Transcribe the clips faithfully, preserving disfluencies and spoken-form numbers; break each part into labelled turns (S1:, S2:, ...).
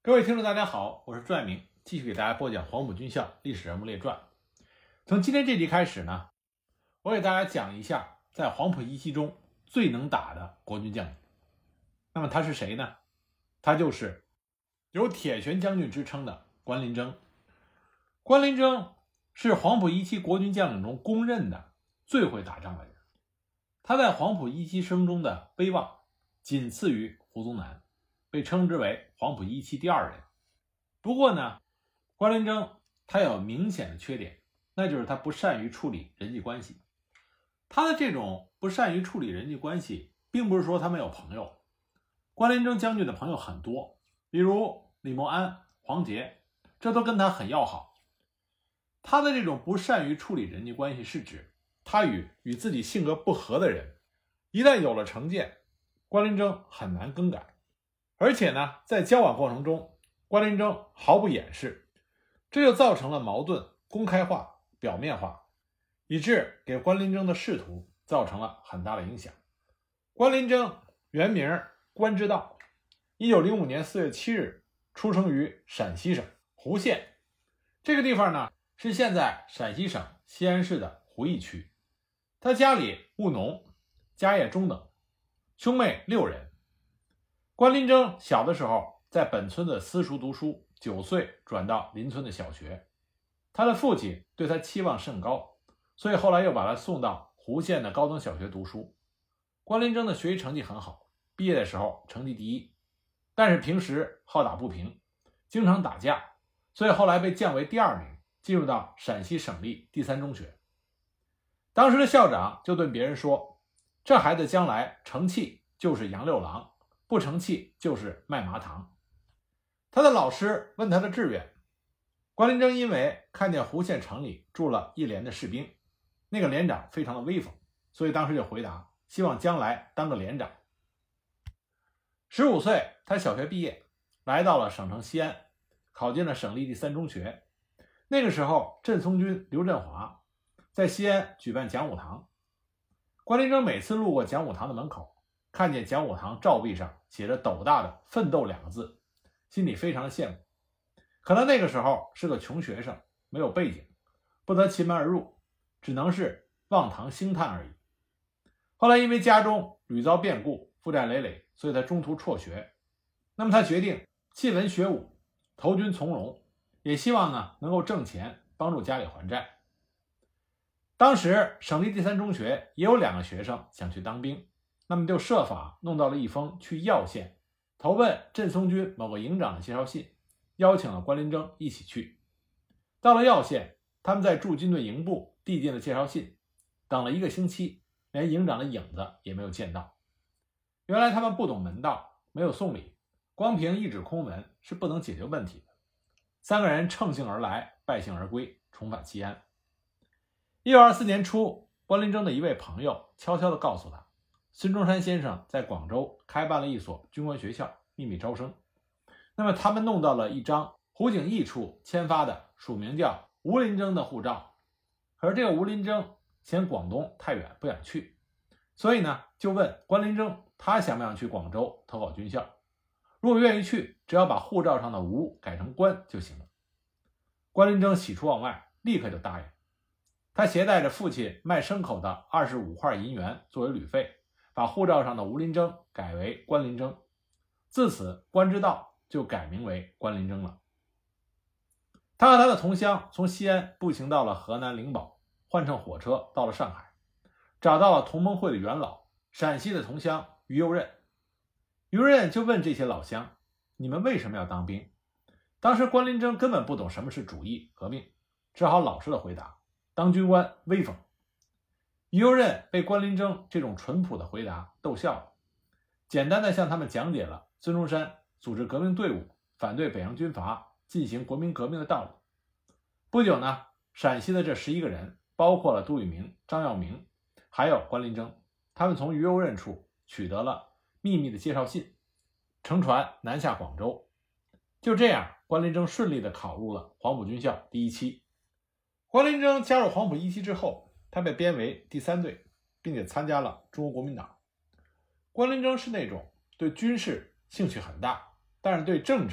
S1: 各位听众大家好，我是朱爱明，继续给大家播讲黄埔军校历史人物列传。从今天这集开始呢，我给大家讲一下在黄埔一期中最能打的国军将领。那么他是谁呢？他就是有铁拳将军之称的关麟征。关麟征是黄埔一期国军将领中公认的最会打仗的人，他在黄埔一期生中的威望仅次于胡宗南，被称之为黄埔一期第二人。不过呢，关麟征他有明显的缺点，那就是他不善于处理人际关系。他的这种不善于处理人际关系，并不是说他没有朋友。关麟征将军的朋友很多，比如李默安、黄杰，这都跟他很要好。他的这种不善于处理人际关系，是指他与与自己性格不合的人，一旦有了成见，关麟征很难更改。而且呢，在交往过程中，关麟征毫不掩饰，这就造成了矛盾公开化、表面化，以致给关麟征的仕途造成了很大的影响。关麟征原名关之道，一九零五年四月七日出生于陕西省胡县。这个地方呢，是现在陕西省西安市的胡义区。他家里务农，家业中等，兄妹六人。关麟征小的时候在本村的私塾读书，九岁转到邻村的小学。他的父亲对他期望甚高，所以后来又把他送到胡县的高等小学读书。关麟征的学习成绩很好，毕业的时候成绩第一，但是平时好打不平，经常打架，所以后来被降为第二名，进入到陕西省立第三中学。当时的校长就对别人说，这孩子将来成器就是杨六郎，不成器就是卖麻糖。他的老师问他的志愿，关麟征因为看见胡县城里住了一连的士兵，那个连长非常的威风，所以当时就回答希望将来当个连长。十五岁他小学毕业，来到了省城西安，考进了省立第三中学。那个时候镇松军刘振华在西安举办讲武堂，关麟征每次路过讲武堂的门口，看见讲武堂照壁上写着斗大的奋斗两个字，心里非常的羡慕。可能那个时候是个穷学生，没有背景，不得其门而入，只能是望堂兴叹而已。后来因为家中屡遭变故，负债累累，所以他中途辍学。那么他决定弃文学武，投军从戎，也希望呢能够挣钱帮助家里还债。当时省立第三中学也有两个学生想去当兵，那么就设法弄到了一封去耀县投奔镇松军某个营长的介绍信，邀请了关麟征一起去。到了耀县，他们在驻军队营部递进了介绍信，等了一个星期，连营长的影子也没有见到。原来他们不懂门道，没有送礼，光凭一纸空文是不能解决问题的。三个人乘兴而来，败兴而归，重返西安。一九二四年初，关麟征的一位朋友悄悄地告诉他，孙中山先生在广州开办了一所军官学校，秘密招生。那么他们弄到了一张胡景翼处签发的署名叫吴麟征的护照，可是这个吴麟征嫌广东太远不想去，所以呢就问关麟征他想不想去广州投考军校，如果愿意去，只要把护照上的吴改成关就行了。关麟征喜出望外，立刻就答应。他携带着父亲卖牲口的二十五块银元作为旅费，把护照上的吴麟征改为关麟征，自此关之道就改名为关麟征了。他和他的同乡从西安步行到了河南灵宝，换乘火车到了上海，找到了同盟会的元老陕西的同乡于右任。于右任就问这些老乡，你们为什么要当兵？当时关麟征根本不懂什么是主义革命，只好老实的回答，当军官威风。于右任被关麟征这种淳朴的回答逗笑了，简单的向他们讲解了孙中山组织革命队伍，反对北洋军阀，进行国民革命的道理。不久呢，陕西的这十一个人，包括了杜聿明、张耀明，还有关麟征，他们从于右任处取得了秘密的介绍信，乘船南下广州。就这样，关麟征顺利地考入了黄埔军校第一期。关麟征加入黄埔一期之后，他被编为第三队，并且参加了中国国民党。关麟征是那种对军事兴趣很大，但是对政治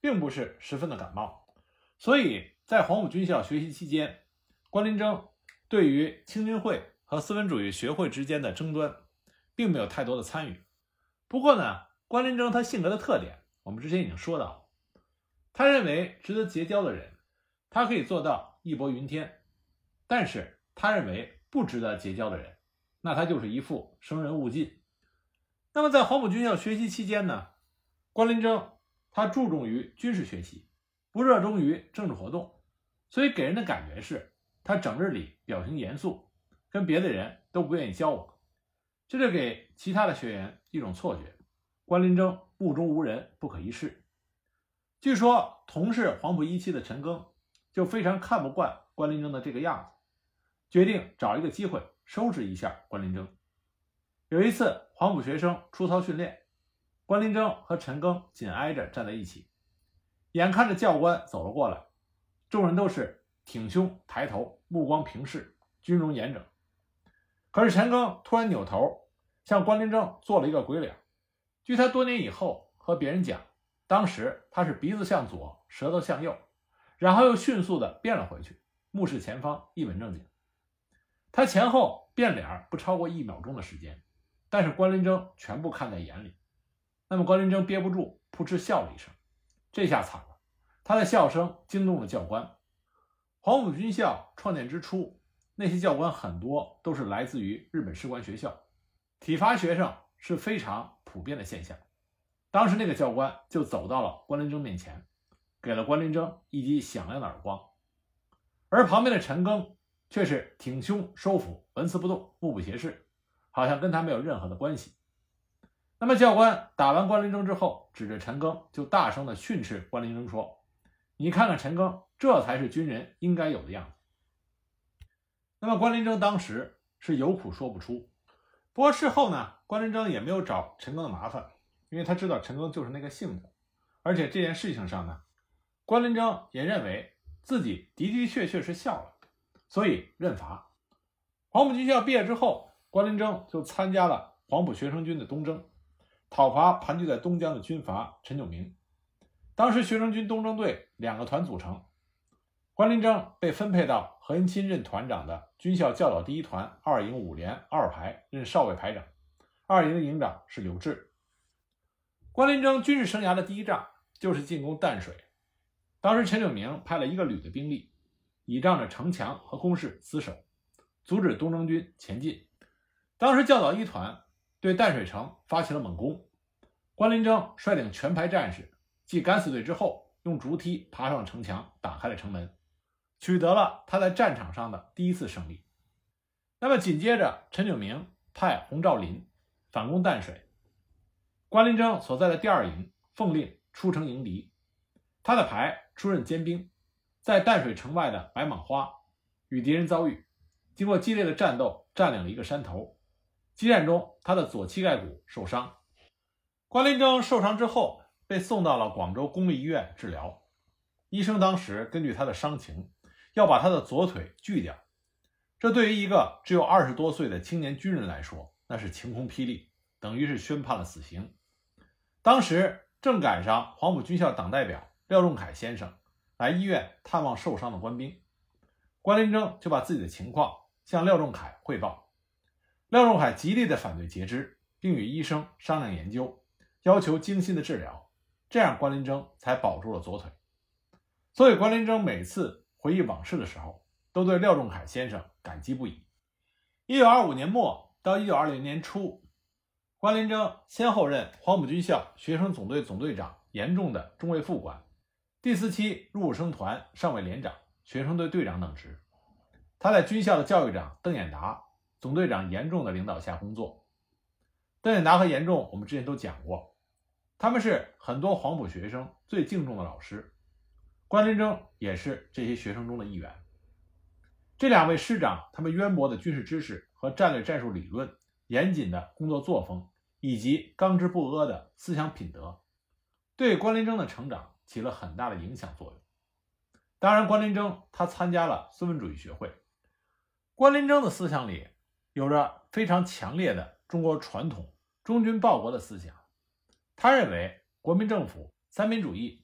S1: 并不是十分的感冒，所以在黄埔军校学习期间，关麟征对于清军会和四分主义学会之间的争端并没有太多的参与。不过呢，关麟征他性格的特点我们之前已经说到了，他认为值得结交的人他可以做到义薄云天，但是他认为不值得结交的人，那他就是一副生人勿近。那么在黄埔军校学习期间呢，关麟征他注重于军事学习，不热衷于政治活动，所以给人的感觉是他整日里表情严肃，跟别的人都不愿意交往，这就给其他的学员一种错觉，关麟征目中无人，不可一世。据说同是黄埔一期的陈赓就非常看不惯关麟征的这个样子，决定找一个机会收拾一下关麟征。有一次黄埔学生出操训练，关麟征和陈赓紧挨着站在一起，眼看着教官走了过来，众人都是挺胸抬头，目光平视，军容严整。可是陈赓突然扭头向关麟征做了一个鬼脸，据他多年以后和别人讲，当时他是鼻子向左，舌头向右，然后又迅速地变了回去，目视前方，一本正经。他前后变脸不超过一秒钟的时间，但是关麟征全部看在眼里。那么关麟征憋不住，扑哧笑了一声，这下惨了，他的笑声惊动了教官。黄埔军校创建之初，那些教官很多都是来自于日本士官学校，体罚学生是非常普遍的现象。当时那个教官就走到了关麟征面前，给了关麟征一记响亮的耳光，而旁边的陈赓却是挺胸收腹，纹丝不动，目不斜视，好像跟他没有任何的关系。那么教官打完关麟征之后，指着陈赓就大声地训斥关麟征说，你看看陈赓，这才是军人应该有的样子。那么关麟征当时是有苦说不出，不过事后呢，关麟征也没有找陈赓的麻烦，因为他知道陈赓就是那个性子，而且这件事情上呢，关麟征也认为自己的的确确是笑了，所以认罚。黄埔军校毕业之后，关麟征就参加了黄埔学生军的东征，讨伐盘踞在东江的军阀陈炯明。当时学生军东征队两个团组成，关麟征被分配到何应钦任团长的军校教导第一团二营五连二排任少尉排长，二营的营长是柳志。关麟征军事生涯的第一仗就是进攻淡水，当时陈炯明派了一个旅的兵力，倚仗着城墙和工事死守，阻止东征军前进。当时教导一团对淡水城发起了猛攻，关麟征率领全排战士继敢死队之后，用竹梯爬上城墙，打开了城门，取得了他在战场上的第一次胜利。那么紧接着，陈炯明派洪兆麟反攻淡水，关麟征所在的第二营奉令出城迎敌，他的排出任尖兵，在淡水城外的白蟒花与敌人遭遇，经过激烈的战斗，占领了一个山头。激战中，他的左膝盖骨受伤。关麟征受伤之后，被送到了广州公立医院治疗。医生当时根据他的伤情，要把他的左腿锯掉。这对于一个只有二十多岁的青年军人来说，那是晴空霹雳，等于是宣判了死刑。当时正赶上黄埔军校党代表廖仲恺先生来医院探望受伤的官兵，关麟征就把自己的情况向廖仲恺汇报。廖仲恺极力的反对截肢，并与医生商量研究，要求精心的治疗，这样关麟征才保住了左腿。所以关麟征每次回忆往事的时候，都对廖仲恺先生感激不已。一九二五年末到一九二零年初，关麟征先后任黄埔军校学生总队总队长严重的中尉副官，第四期入伍生团上尉连长、学生队队长等职。他在军校的教育长邓演达、总队长严重的领导下工作。邓演达和严重我们之前都讲过，他们是很多黄埔学生最敬重的老师，关麟征也是这些学生中的一员。这两位师长，他们渊博的军事知识和战略战术理论，严谨的工作作风，以及刚直不阿的思想品德，对关麟征的成长起了很大的影响作用。当然，关麟征他参加了孙文主义学会。关麟征的思想里有着非常强烈的中国传统忠君报国的思想。他认为国民政府三民主义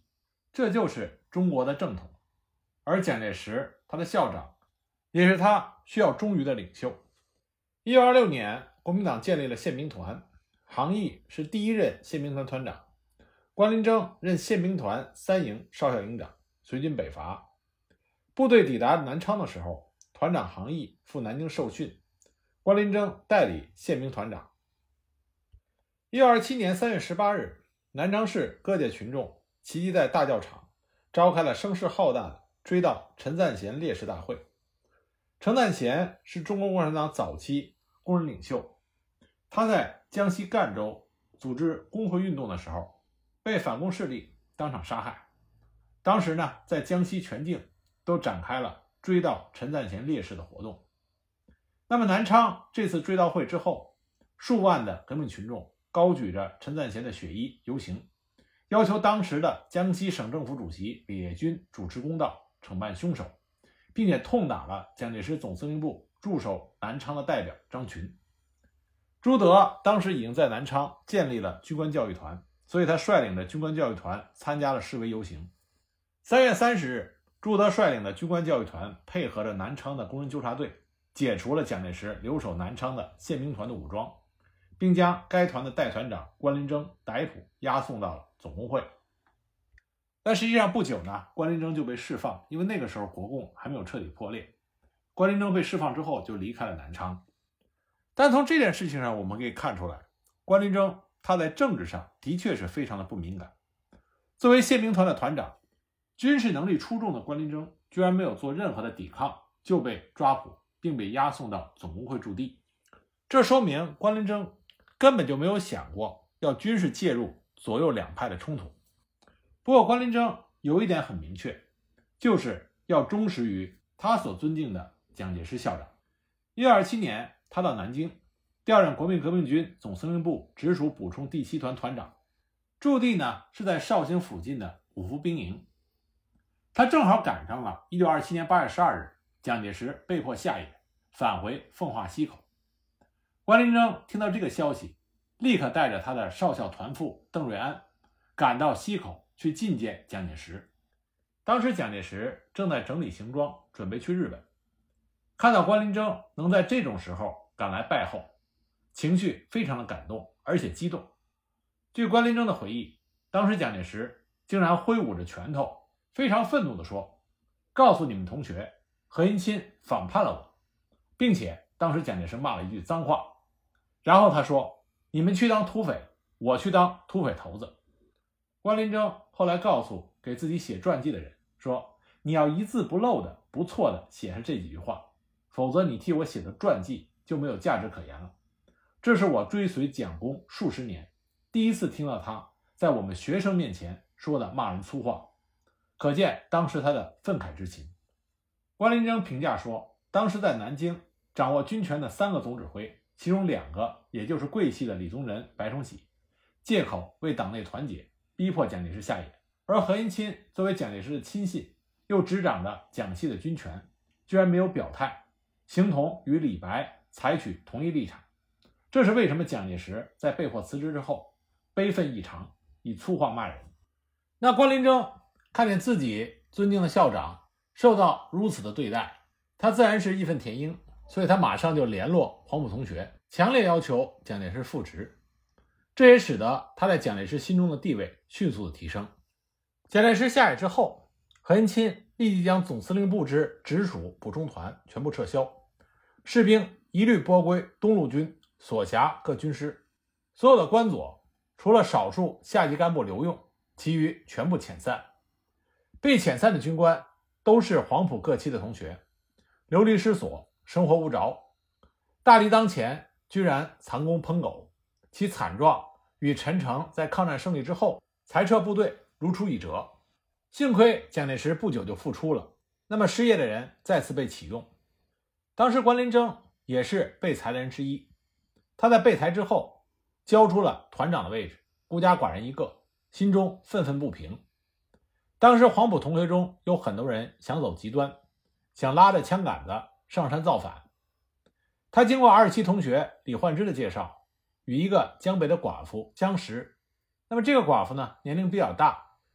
S1: 这就是中国的正统。而蒋介石他的校长也是他需要忠于的领袖。一九二六年，国民党建立了宪兵团，杭义是第一任宪兵团团长，关麟征任宪兵团三营少校营长，随军北伐。部队抵达南昌的时候，团长杭义赴南京受训，关麟征代理宪兵团长。一九二七年三月十八日，南昌市各界群众齐集在大教场，召开了声势浩大的追悼陈赞贤烈士大会。陈赞贤是中国共产党早期工人领袖，他在江西赣州组织工会运动的时候，被反共势力当场杀害。当时呢，在江西全境都展开了追悼陈赞贤烈士的活动。那么南昌这次追悼会之后，数万的革命群众高举着陈赞贤的血衣游行，要求当时的江西省政府主席李烈钧主持公道，惩办凶手，并且痛打了蒋介石总司令部驻守南昌的代表张群。朱德当时已经在南昌建立了军官教育团，所以他率领着军官教育团参加了示威游行。三月三十日，朱德率领的军官教育团配合着南昌的工人纠察队，解除了蒋介石留守南昌的宪兵团的武装，并将该团的代团长关麟征逮捕押送到了总工会。但实际上不久呢，关麟征就被释放，因为那个时候国共还没有彻底破裂。关麟征被释放之后就离开了南昌。但从这件事情上我们可以看出来，关麟征他在政治上的确是非常的不敏感。作为宪兵团的团长，军事能力出众的关麟征居然没有做任何的抵抗就被抓捕，并被押送到总工会驻地。这说明关麟征根本就没有想过要军事介入左右两派的冲突。不过关麟征有一点很明确，就是要忠实于他所尊敬的蒋介石校长。一九二七年，他到南京调任国民革命军总司令部直属补充第七团团长，驻地呢是在绍兴附近的五福兵营。他正好赶上了一九二七年八月十二日蒋介石被迫下野，返回奉化溪口。关麟征听到这个消息，立刻带着他的少校团副邓瑞安赶到溪口去觐见蒋介石。当时蒋介石正在整理行装，准备去日本。看到关麟征能在这种时候赶来拜候，情绪非常的感动，而且激动。据关麟征的回忆，当时蒋介石竟然挥舞着拳头，非常愤怒地说：“告诉你们同学，何应钦反叛了我。”并且当时蒋介石骂了一句脏话，然后他说：“你们去当土匪，我去当土匪头子。”关麟征后来告诉给自己写传记的人说：“你要一字不漏的、不错的写上这几句话，否则你替我写的传记就没有价值可言了。”这是我追随蒋公数十年，第一次听到他在我们学生面前说的骂人粗话，可见当时他的愤慨之情。关麟征评价说，当时在南京掌握军权的三个总指挥，其中两个也就是桂系的李宗仁、白崇禧，借口为党内团结，逼迫蒋介石下野，而何应钦作为蒋介石的亲信，又执掌着蒋系的军权，居然没有表态，形同与李白采取同一立场。这是为什么蒋介石在被迫辞职之后悲愤异常，以粗话骂人。那关麟征看见自己尊敬的校长受到如此的对待，他自然是义愤填膺，所以他马上就联络黄埔同学，强烈要求蒋介石复职。这也使得他在蒋介石心中的地位迅速的提升。蒋介石下野之后，何应钦立即将总司令部之直属补充团全部撤销，士兵一律拨归东路军所辖各军师，所有的官佐除了少数下级干部留用，其余全部遣散。被遣散的军官都是黄埔各期的同学，流离失所，生活无着。大敌当前，居然藏功烹狗，其惨状与陈诚在抗战胜利之后裁撤部队如出一辙。幸亏蒋介石不久就复出了，那么失业的人再次被启用。当时关麟征也是被裁的人之一，他在被裁之后交出了团长的位置，孤家寡人一个，心中愤愤不平。当时黄埔同学中有很多人想走极端，想拉着枪杆子上山造反。他经过二期同学李焕之的介绍，与一个江北的寡妇相识。那么这个寡妇呢，年龄比较大，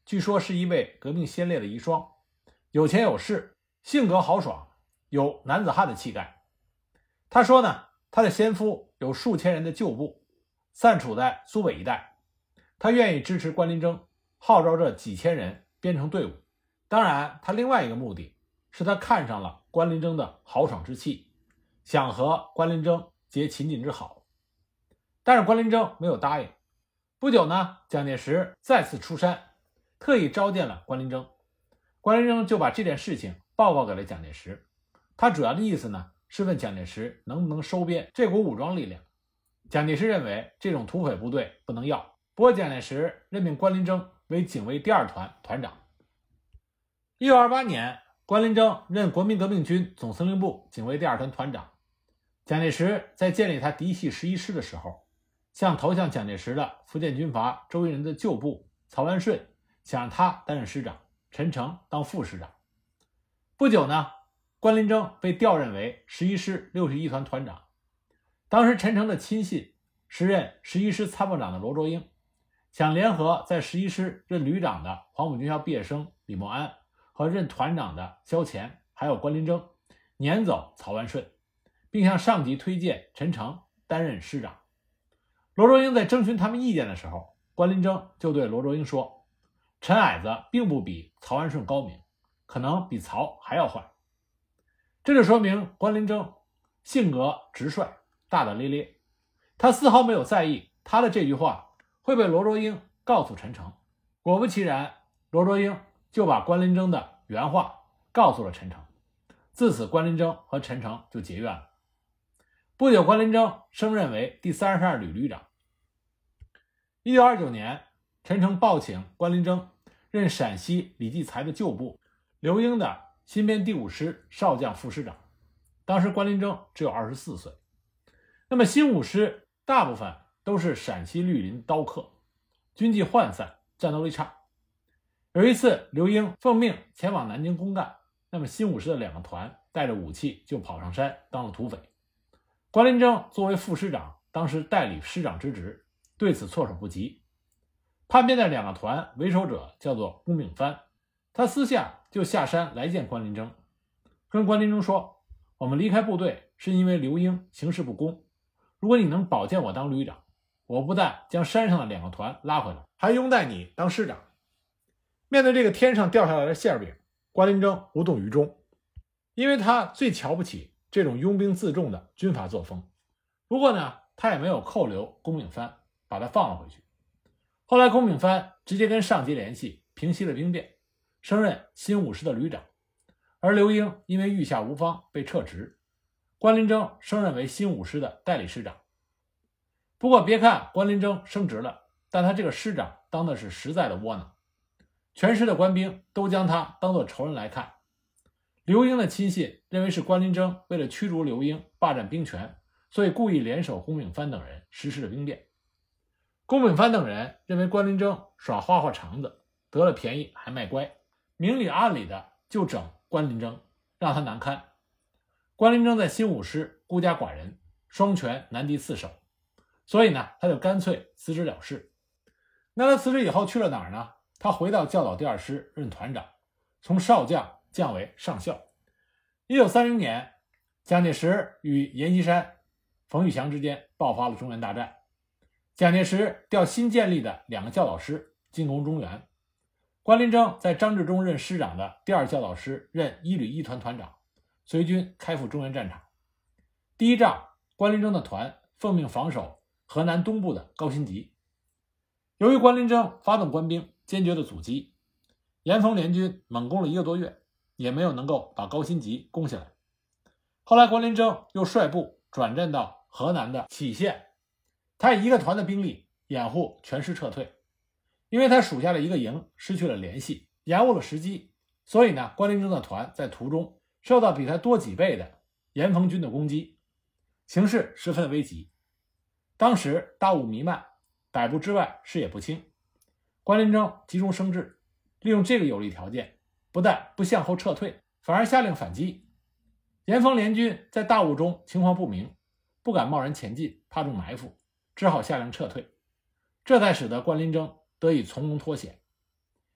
S1: 据说是一位革命先烈的遗孀，有钱有势，性格豪爽，有男子汉的气概。他说呢，他的先夫有数千人的旧部，散处在苏北一带，他愿意支持关麟征，号召这几千人编成队伍。当然，他另外一个目的是他看上了关麟征的豪爽之气，想和关麟征结秦晋之好。但是关麟征没有答应。不久呢，蒋介石再次出山，特意召见了关麟征。关麟征就把这件事情报告给了蒋介石。他主要的意思呢，是问蒋介石能不能收编这股武装力量。蒋介石认为这种土匪部队不能要，不过蒋介石任命关麟征为警卫第二团团长。一九二八年，关麟征任国民革命军总司令部警卫第二团团长。蒋介石在建立他嫡系十一师的时候，向投向蒋介石的福建军阀周荫人的旧部曹万顺想让他担任师长，陈诚当副师长。不久呢，关麟征被调任为十一师六十一团团长。当时陈诚的亲信，时任十一师参谋长的罗卓英，想联合在十一师任旅长的黄埔军校毕业生李默安和任团长的萧乾，还有关麟征，撵走曹万顺，并向上级推荐陈诚担任师长。罗卓英在征询他们意见的时候，关麟征就对罗卓英说，陈矮子并不比曹万顺高明，可能比曹还要坏。这就说明关麟征性格直率，大大咧咧，他丝毫没有在意他的这句话会被罗卓英告诉陈诚。果不其然，罗卓英就把关麟征的原话告诉了陈诚。自此关麟征和陈诚就结怨了。不久，关麟征升任为第三十二旅旅长。一九二九年，陈诚报请关麟征任陕西李继才的旧部刘英的新编第五师少将副师长。当时关麟征只有二十四岁。那么新五师大部分都是陕西绿林刀客，军纪涣散，战斗力差。有一次，刘英奉命前往南京公干，那么新五师的两个团带着武器就跑上山当了土匪。关麟征作为副师长，当时代理师长之职，对此措手不及。叛变的两个团为首者叫做龚秉藩，他私下就下山来见关麟征，跟关麟征说，我们离开部队是因为刘英行事不公，如果你能保荐我当旅长，我不但将山上的两个团拉回来，还拥戴你当师长。面对这个天上掉下来的馅饼，关麟征无动于衷，因为他最瞧不起这种拥兵自重的军阀作风。不过呢，他也没有扣留龚秉藩，把他放了回去。后来龚秉藩直接跟上级联系，平息了兵变，升任新五师的旅长。而刘英因为御下无方被撤职，关麟征升任为新五师的代理师长。不过别看关麟征升职了，但他这个师长当的是实在的窝囊，全师的官兵都将他当作仇人来看。刘英的亲信认为是关麟征为了驱逐刘英，霸占兵权，所以故意联手龚秉藩等人实施了兵变。龚秉藩等人认为关麟征耍花花肠子，得了便宜还卖乖，明里暗里的就整关麟征，让他难堪。关麟征在新五师孤家寡人，双拳难敌四手，所以呢，他就干脆辞职了事。那他辞职以后去了哪儿呢？他回到教导第二师任团长，从少将降为上校。一九三零年，蒋介石与阎锡山、冯玉祥之间爆发了中原大战。蒋介石调新建立的两个教导师进攻中原，关麟征在张治中任师长的第二教导师任一旅一团团长，随军开赴中原战场。第一仗，关麟征的团奉命防守河南东部的高辛集。由于关麟征发动官兵，坚决的阻击，严冯联军猛攻了一个多月，也没有能够把高辛集攻下来。后来关麟征又率部转战到河南的杞县，他以一个团的兵力掩护全师撤退。因为他属下的一个营失去了联系，延误了时机，所以呢，关麟征的团在途中受到比他多几倍的严冯军的攻击，形势十分危急。当时大雾弥漫，百步之外视野不清，关麟征急中生智，利用这个有利条件，不但不向后撤退，反而下令反击。严冯联军在大雾中情况不明，不敢贸然前进，怕中埋伏，只好下令撤退，这才使得关麟征得以从容脱险。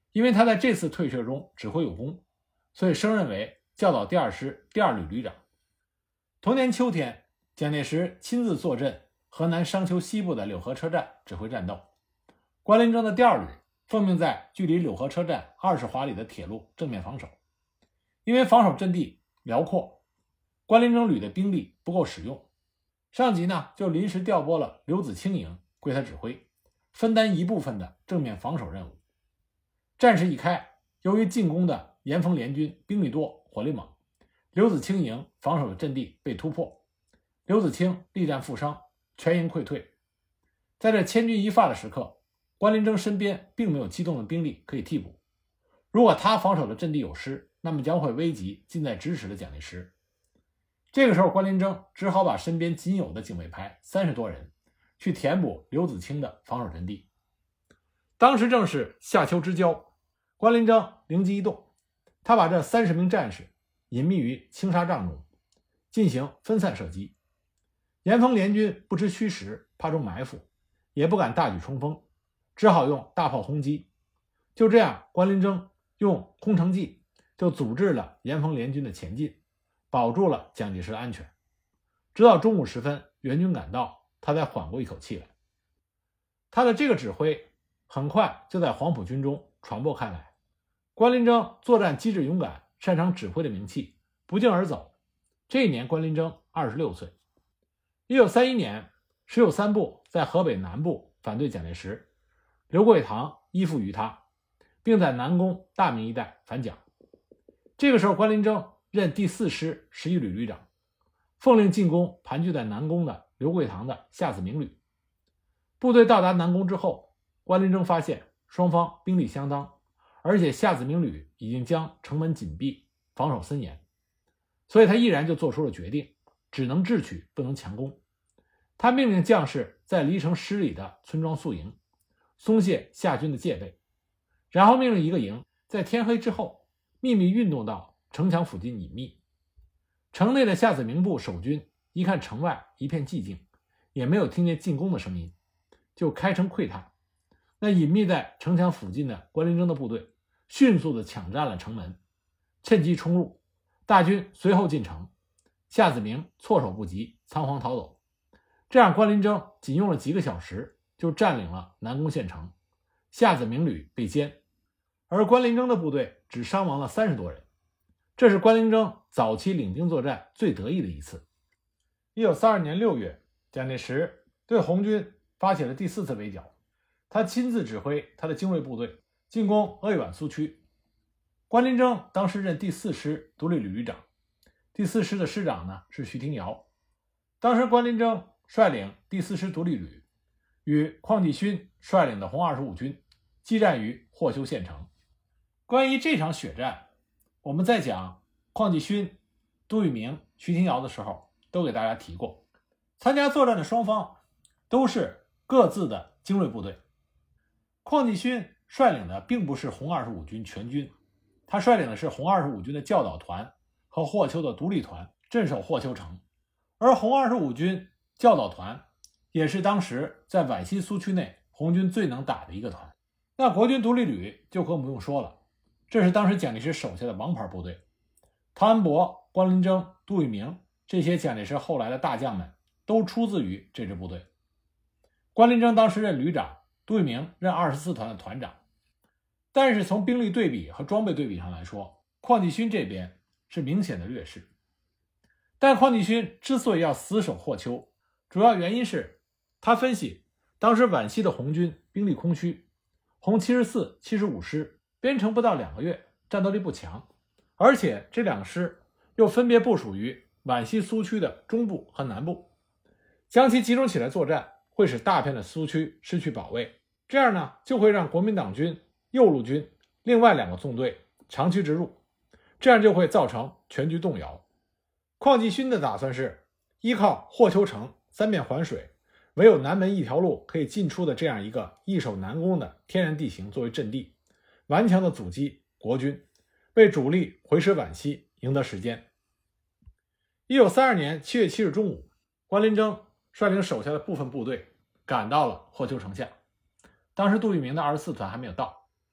S1: 因为他在这次退却中指挥有功，所以升任为教导第二师第二旅旅长。同年秋天，蒋介石亲自坐镇河南商丘西部的柳河车站指挥战斗。关麟征的第二旅奉命在距离柳河车站二十华里的铁路正面防守。因为防守阵地辽阔，关麟征旅的兵力不够使用，上级呢就临时调拨了刘子清营归他指挥，分担一部分的正面防守任务。战事一开，由于进攻的严冯联军兵力多火力猛，刘子清营防守的阵地被突破，刘子清力战负伤，全营溃退。在这千钧一发的时刻，关麟征身边并没有机动的兵力可以替补，如果他防守的阵地有失，那么将会危及近在咫尺的蒋介石。这个时候，关麟征只好把身边仅有的警卫排三十多人去填补刘子清的防守阵地。当时正是夏秋之交，关麟征灵机一动，他把这三十名战士隐秘于青纱帐中，进行分散射击。严冯联军不知虚实，怕中埋伏，也不敢大举冲锋，只好用大炮轰击。就这样，关麟征用空城计就阻滞了严冯联军的前进，保住了蒋介石的安全。直到中午时分，援军赶到，他才缓过一口气来。他的这个指挥很快就在黄埔军中传播开来。关麟征作战机智勇敢，擅长指挥的名气不胫而走。这一年关麟征二十六岁。一九三一年，十有三部在河北南部反对蒋介石，刘桂堂依附于他，并在南宫、大名一带反蒋。这个时候，关麟征任第四师十一旅旅长，奉令进攻盘踞在南宫的刘桂堂的夏子明旅。部队到达南宫之后，关麟征发现双方兵力相当，而且夏子明旅已经将城门紧闭，防守森严，所以他毅然就做出了决定，只能智取，不能强攻。他命令将士在离城十里的村庄宿营，松懈夏军的戒备，然后命令一个营在天黑之后秘密运动到城墙附近隐秘。城内的夏子明部守军一看城外一片寂静，也没有听见进攻的声音，就开城窥探。那隐秘在城墙附近的关麟征的部队迅速地抢占了城门，趁机冲入，大军随后进城，夏子明措手不及，仓皇逃走。这样关麟征仅用了几个小时就占领了南宫县城，夏子明旅被歼，而关麟征的部队只伤亡了三十多人。这是关麟征早期领兵作战最得意的一次。一九三二年六月，蒋介石对红军发起了第四次围剿，他亲自指挥他的精锐部队进攻鄂豫皖苏区。关麟征当时任第四师独立旅旅长，第四师的师长呢是徐廷瑶。当时关麟征率领第四师独立旅与邝继勋率领的红二十五军激战于霍邱县城。关于这场血战，我们在讲邝继勋、杜聿明、徐廷瑶的时候都给大家提过。参加作战的双方都是各自的精锐部队。邝继勋率领的并不是红二十五军全军，他率领的是红二十五军的教导团和霍邱的独立团，镇守霍邱城。而红二十五军教导团也是当时在皖西苏区内红军最能打的一个团。那国军独立旅就更不用说了，这是当时蒋介石手下的王牌部队。陶恩伯、关麟征、杜聿明这些蒋介石后来的大将们都出自于这支部队。关麟征当时任旅长，杜聿明任二十四团的团长。但是从兵力对比和装备对比上来说，邝继勋这边是明显的劣势。但邝继勋之所以要死守霍邱，主要原因是他分析当时皖西的红军兵力空虚，红七十四、七十五师编成不到两个月，战斗力不强，而且这两个师又分别部署于皖西苏区的中部和南部，将其集中起来作战，会使大片的苏区失去保卫，这样呢就会让国民党军、右路军另外两个纵队长驱直入，这样就会造成全局动摇。邝继勋的打算是依靠霍邱城三面环水，唯有南门一条路可以进出的这样一个易守难攻的天然地形作为阵地，顽强的阻击国军，为主力回师皖西赢得时间。一九三二年七月七日中午，关麟征率领手下的部分部队赶到了霍邱城下。当时杜聿明的二十四团还没有到。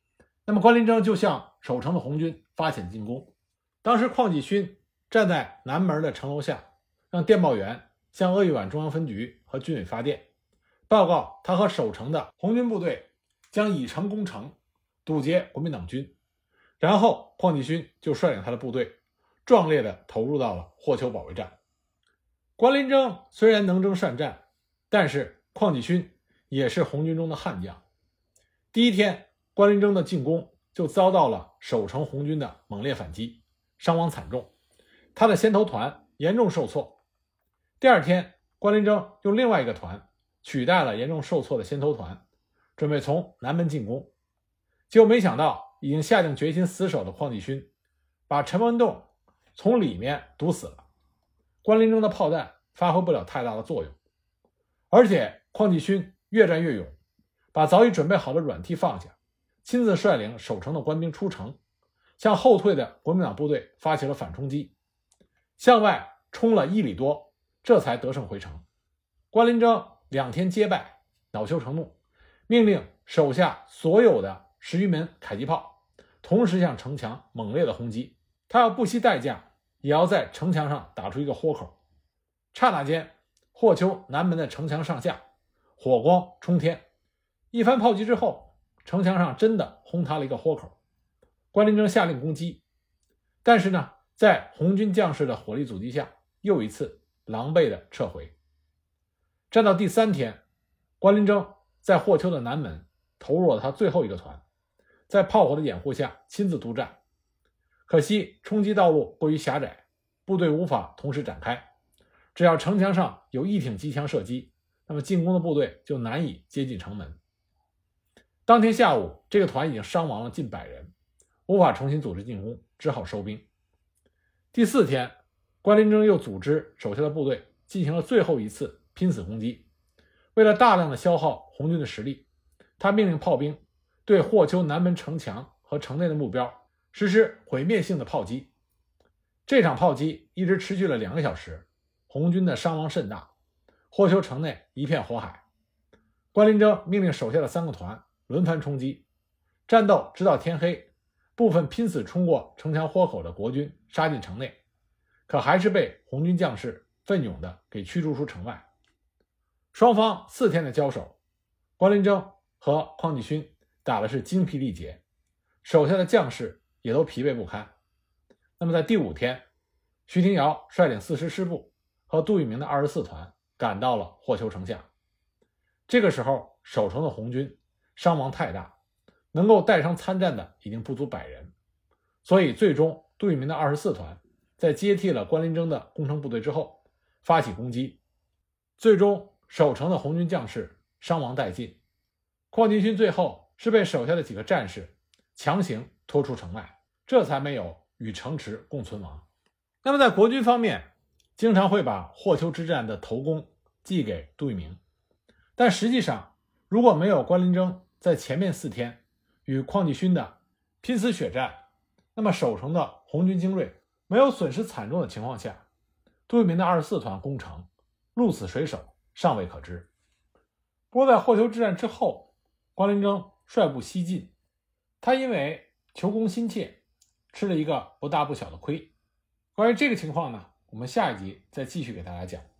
S1: 那么关林征就向守城的红军发起进攻。当时邝继勋站在南门的城楼下，让电报员向鄂豫皖中央分局和军委发电，报告他和守城的红军部队将以城攻城，堵截国民党军。然后邝继勋就率领他的部队壮烈地投入到了霍邱保卫战。关林征虽然能征善战，但是邝继勋也是红军中的悍将。第一天，关林征的进攻就遭到了守城红军的猛烈反击，伤亡惨重，他的先头团严重受挫。第二天，关林征用另外一个团取代了严重受挫的先头团，准备从南门进攻。结果没想到，已经下定决心死守的邝继勋把陈文栋从里面堵死了，关林征的炮弹发挥不了太大的作用。而且邝继勋越战越勇，把早已准备好的软梯放下，亲自率领守城的官兵出城，向后退的国民党部队发起了反冲击，向外冲了一里多，这才得胜回城。关林征两天皆败，恼羞成怒，命令手下所有的十余门迫击炮同时向城墙猛烈的轰击，他要不惜代价也要在城墙上打出一个豁口。刹那间，霍邱南门的城墙上下火光冲天，一番炮击之后，城墙上真的轰塌了一个豁口。关林征下令攻击，但是呢，在红军将士的火力阻击下，又一次狼狈的撤回。战到第三天，关林征在霍邱的南门投入了他最后一个团，在炮火的掩护下亲自督战。可惜冲击道路过于狭窄，部队无法同时展开，只要城墙上有一挺机枪射击，那么进攻的部队就难以接近城门。当天下午，这个团已经伤亡了近百人，无法重新组织进攻，只好收兵。第四天，关林征又组织手下的部队进行了最后一次拼死攻击。为了大量的消耗红军的实力，他命令炮兵对霍邱南门城墙和城内的目标实施毁灭性的炮击。这场炮击一直持续了两个小时，红军的伤亡甚大，霍邱城内一片火海。关林征命令手下的三个团轮番冲击，战斗直到天黑，部分拼死冲过城墙豁口的国军杀进城内，可还是被红军将士奋勇地给驱逐出城外。双方四天的交手，关林征和邝继勋打的是精疲力竭，手下的将士也都疲惫不堪。那么在第五天，徐廷瑶率领四师师部和杜聿明的二十四团赶到了霍邱城下。这个时候，守城的红军伤亡太大，能够带伤参战的已经不足百人，所以最终杜聿明的二十四团在接替了关林征的攻城部队之后发起攻击，最终守城的红军将士伤亡殆尽。邝继勋最后是被手下的几个战士强行拖出城外，这才没有与城池共存亡。那么在国军方面，经常会把霍邱之战的头功记给杜聿明，但实际上如果没有关林征在前面四天与邝继勋的拼死血战，那么守城的红军精锐没有损失惨重的情况下，杜聿明的二十四团攻城鹿死谁手尚未可知。不过在霍邱之战之后，关林征率部西进，他因为求功心切，吃了一个不大不小的亏。关于这个情况呢，我们下一集再继续给大家讲。